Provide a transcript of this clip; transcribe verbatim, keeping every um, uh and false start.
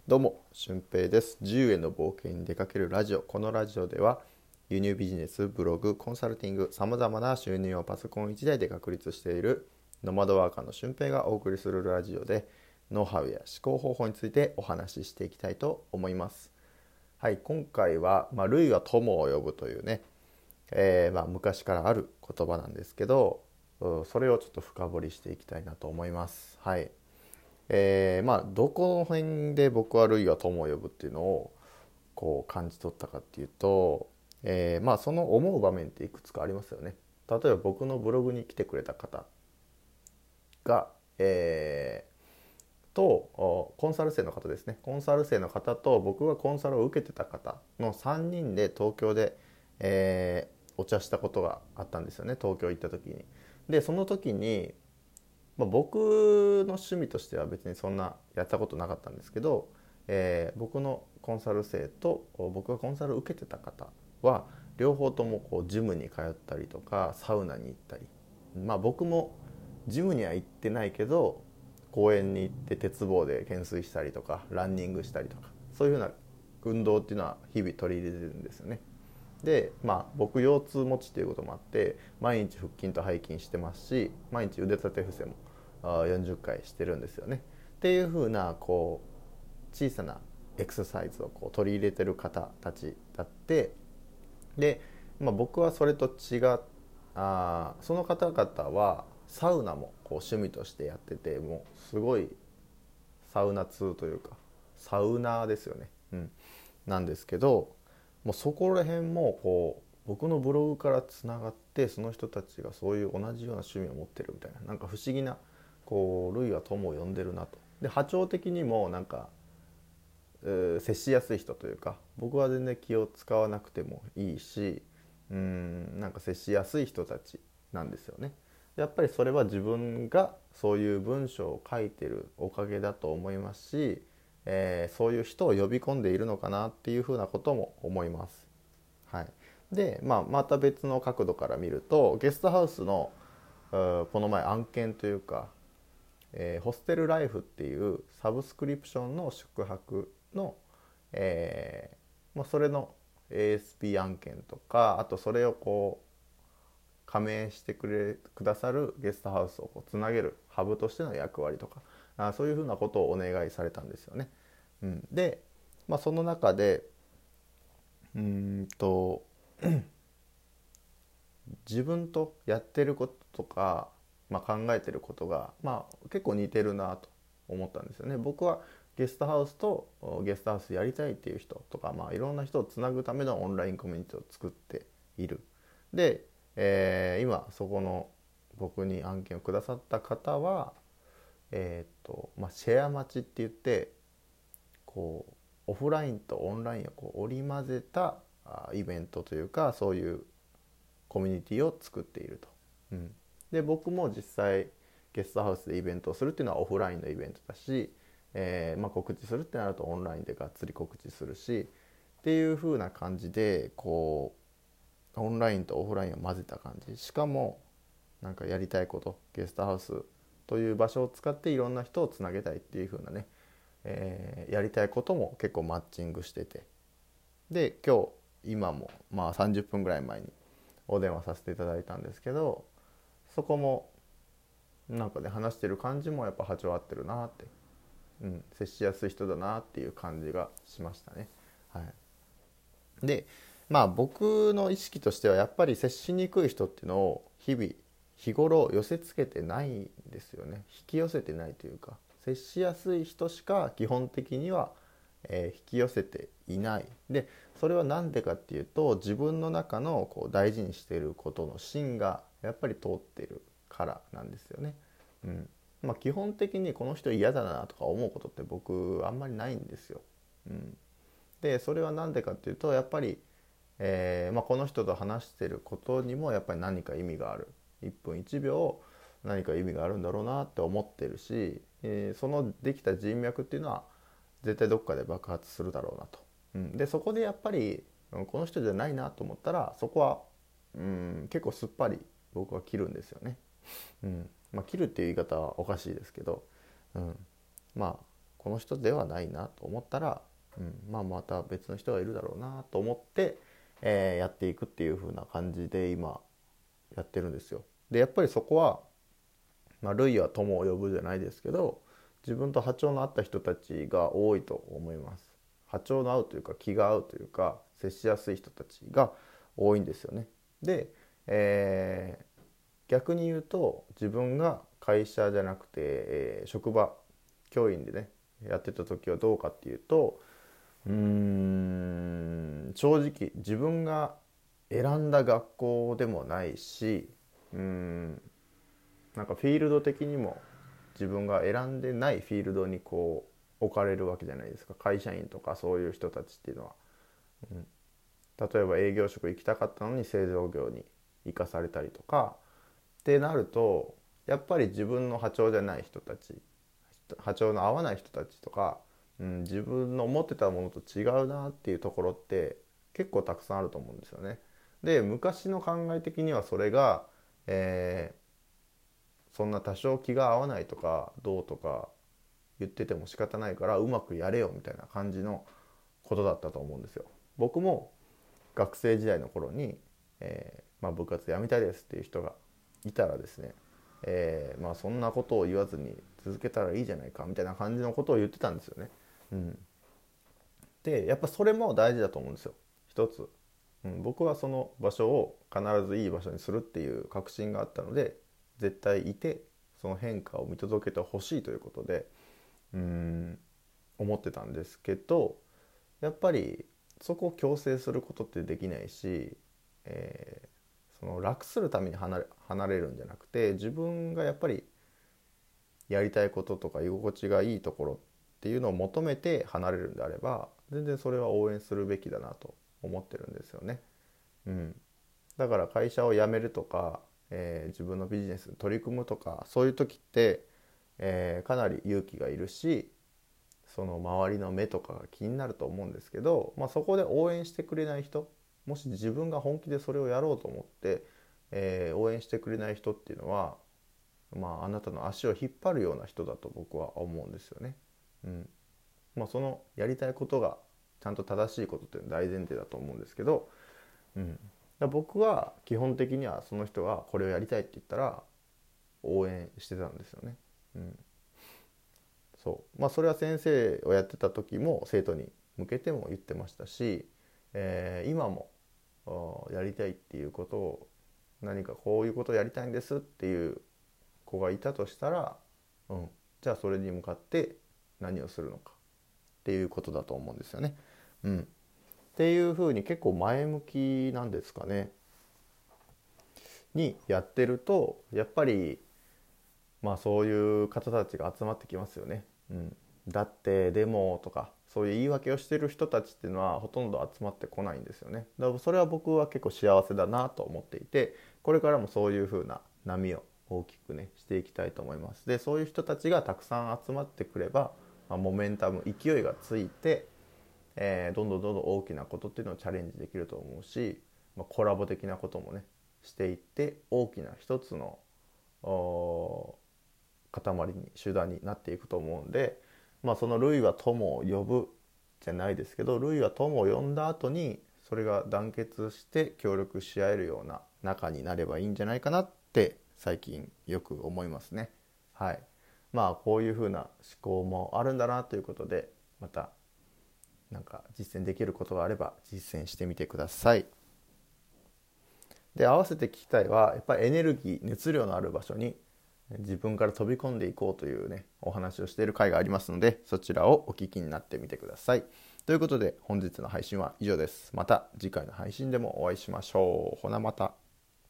どうも、俊平です。自由への冒険に出かけるラジオ。このラジオでは、輸入ビジネス、ブログ、コンサルティング、様々な収入をパソコン一台で確立しているノマドワーカーの俊平がお送りするラジオで、ノウハウや思考方法についてお話ししていきたいと思います。はい、今回は、まあ、類は友を呼ぶというね、えーまあ、昔からある言葉なんですけど、それをちょっと深掘りしていきたいなと思います。はい。えーまあどこの辺で僕は類は友を呼ぶっていうのをこう感じ取ったかっていうと、えーまあその思う場面っていくつかありますよね。例えば僕のブログに来てくれた方が、えー、とコンサル生の方ですね。コンサル生の方と僕がコンサルを受けてた方のさんにんで東京で、えーお茶したことがあったんですよね、東京行った時に。でその時にまあ、僕の趣味としては別にそんなやったことなかったんですけど、えー僕のコンサル生と僕がコンサルを受けてた方は両方ともこうジムに通ったりとかサウナに行ったり、まあ僕もジムには行ってないけど公園に行って鉄棒で懸垂したりとかランニングしたりとか、そういうふうな運動っていうのは日々取り入れてるんですよね。でまあ僕腰痛持ちということもあって毎日腹筋と背筋してますし、毎日腕立て伏せもあよんじゅっかいしてるんですよね。っていう風なこう小さなエクササイズをこう取り入れてる方たちだって、で、まあ、僕はそれと違っあその方々はサウナもこう趣味としてやってて、もうすごいサウナ通というかサウナーですよね、うん、なんですけど、もうそこら辺もこう僕のブログからつながって、その人たちがそういう同じような趣味を持ってるみたいな、なんか不思議なこう類は友を呼んでるなと。で波長的にもなんか、えー接しやすい人というか、僕は全然気を使わなくてもいいし、うーんなんか接しやすい人たちなんですよね。やっぱりそれは自分がそういう文章を書いてるおかげだと思いますし、えーそういう人を呼び込んでいるのかなっていうふうなことも思います。はい、で、まあ、また別の角度から見ると、ゲストハウスのこの前案件というか、えーホステルライフっていうサブスクリプションの宿泊の、えーまあ、それの エーエスピー 案件とか、あとそれをこう加盟してくれくださるゲストハウスをこうつなげるハブとしての役割とか、あそういうふうなことをお願いされたんですよね。うん、で、まあ、その中でうーんと自分とやってることとか、まあ、考えてることが、まあ、結構似てるなと思ったんですよね。僕はゲストハウスとゲストハウスやりたいっていう人とか、まあ、いろんな人をつなぐためのオンラインコミュニティを作っている。で、えー今そこの僕に案件をくださった方は、えーとまあ、シェア待ちって言って、こうオフラインとオンラインをこう織り交ぜたあイベントというか、そういうコミュニティを作っていると。うん、で僕も実際ゲストハウスでイベントをするっていうのはオフラインのイベントだし、えーまあ、告知するってなるとオンラインでがっつり告知するしっていう風な感じで、こうオンラインとオフラインを混ぜた感じ。しかもなんかやりたいこと、ゲストハウスという場所を使っていろんな人をつなげたいっていう風なね、えーやりたいことも結構マッチングしてて、で今日今もまあさんじゅっぷんぐらい前にお電話させていただいたんですけど、そこもなんかね話してる感じもやっぱ波長合ってるなって、うん、接しやすい人だなっていう感じがしましたね。はい、でまあ僕の意識としてはやっぱり接しにくい人っていうのを日々日頃寄せつけてないんですよね。引き寄せてないというか、接しやすい人しか基本的には、えー引き寄せていない。でそれは何でかっていうと、自分の中のこう大事にしていることの芯がやっぱり通っているからなんですよね。うんまあ、基本的にこの人嫌だなとか思うことって僕あんまりないんですよ。うん、でそれは何でかっていうと、やっぱり、えーまあ、この人と話してることにもやっぱり何か意味がある。いっぷんいちびょう何か意味があるんだろうなって思ってるし、えーそのできた人脈っていうのは絶対どっかで爆発するだろうなと。うん、でそこでやっぱりうんこの人じゃないなと思ったら、そこは、うん、結構すっぱり僕は切るんですよね。うんまあ、切るっていう言い方はおかしいですけど、うん、まあこの人ではないなと思ったら、うん、まあまた別の人がいるだろうなと思って、えー、やっていくっていう風な感じで今やってるんですよ。でやっぱりそこは、まあ、類は友を呼ぶじゃないですけど、自分と波長の合った人たちが多いと思います。波長の合うというか気が合うというか接しやすい人たちが多いんですよね。で、えー、逆に言うと自分が会社じゃなくて、えー、職場教員でねやってた時はどうかっていうと、うーん正直自分が選んだ学校でもないし、うーんなんかフィールド的にも自分が選んでないフィールドにこう置かれるわけじゃないですか。会社員とかそういう人たちっていうのは、うん、例えば営業職行きたかったのに製造業に行かされたりとかってなると、やっぱり自分の波長じゃない人たち、波長の合わない人たちとか、うん、自分の思ってたものと違うなっていうところって結構たくさんあると思うんですよね。で昔の考え的にはそれが、えーそんな多少気が合わないとかどうとか言ってても仕方ないからうまくやれよみたいな感じのことだったと思うんですよ。僕も学生時代の頃に、えーまあ、部活やめたいですっていう人がいたらですね、えーまあ、そんなことを言わずに続けたらいいじゃないかみたいな感じのことを言ってたんですよね。うん、でやっぱそれも大事だと思うんですよ。一つ、うん、僕はその場所を必ずいい場所にするっていう確信があったので、絶対いてその変化を見届けてほしいということでうーん思ってたんですけど、やっぱりそこを強制することってできないし、えー、その楽するために離れ、離れるんじゃなくて、自分がやっぱりやりたいこととか居心地がいいところっていうのを求めて離れるんであれば、全然それは応援するべきだなと思ってるんですよね。うん、だから会社を辞めるとか、えー自分のビジネスに取り組むとかそういう時って、えーかなり勇気がいるし、その周りの目とかが気になると思うんですけど、まあ、そこで応援してくれない人、もし自分が本気でそれをやろうと思って、えー応援してくれない人っていうのは、まあ、あなたの足を引っ張るような人だと僕は思うんですよね。うんまあ、そのやりたいことがちゃんと正しいことっていうのは大前提だと思うんですけど、うん、だ僕は基本的にはその人がこれをやりたいって言ったら応援してたんですよね。うん、そうまあそれは先生をやってた時も生徒に向けても言ってましたし、えー今もやりたいっていうことを、何かこういうことをやりたいんですっていう子がいたとしたら、うん、じゃあそれに向かって何をするのかっていうことだと思うんですよね。うん、っていうふうに結構前向きなんですかねにやってると、やっぱりまあそういう方たちが集まってきますよね。うん、だってでもとかそういう言い訳をしてる人たちっていうのはほとんど集まってこないんですよね。だからそれは僕は結構幸せだなと思っていて、これからもそういう風な波を大きくねしていきたいと思います。でそういう人たちがたくさん集まってくれば、まあ、モメンタム勢いがついて、えーどんどんどんどん大きなことっていうのをチャレンジできると思うし、まあ、コラボ的なこともねしていって大きな一つの塊に集団になっていくと思うんで、まあその類は友を呼ぶじゃないですけど、類は友を呼んだ後にそれが団結して協力し合えるような仲になればいいんじゃないかなって最近よく思いますね。はい。まあこういうふうな思考もあるんだなということで、またなんか実践できることがあれば実践してみてください。で合わせて聞きたいはやっぱりエネルギー熱量のある場所に自分から飛び込んでいこうというねお話をしている回がありますので、そちらをお聞きになってみてください。ということで本日の配信は以上です。また次回の配信でもお会いしましょう。ほなまた。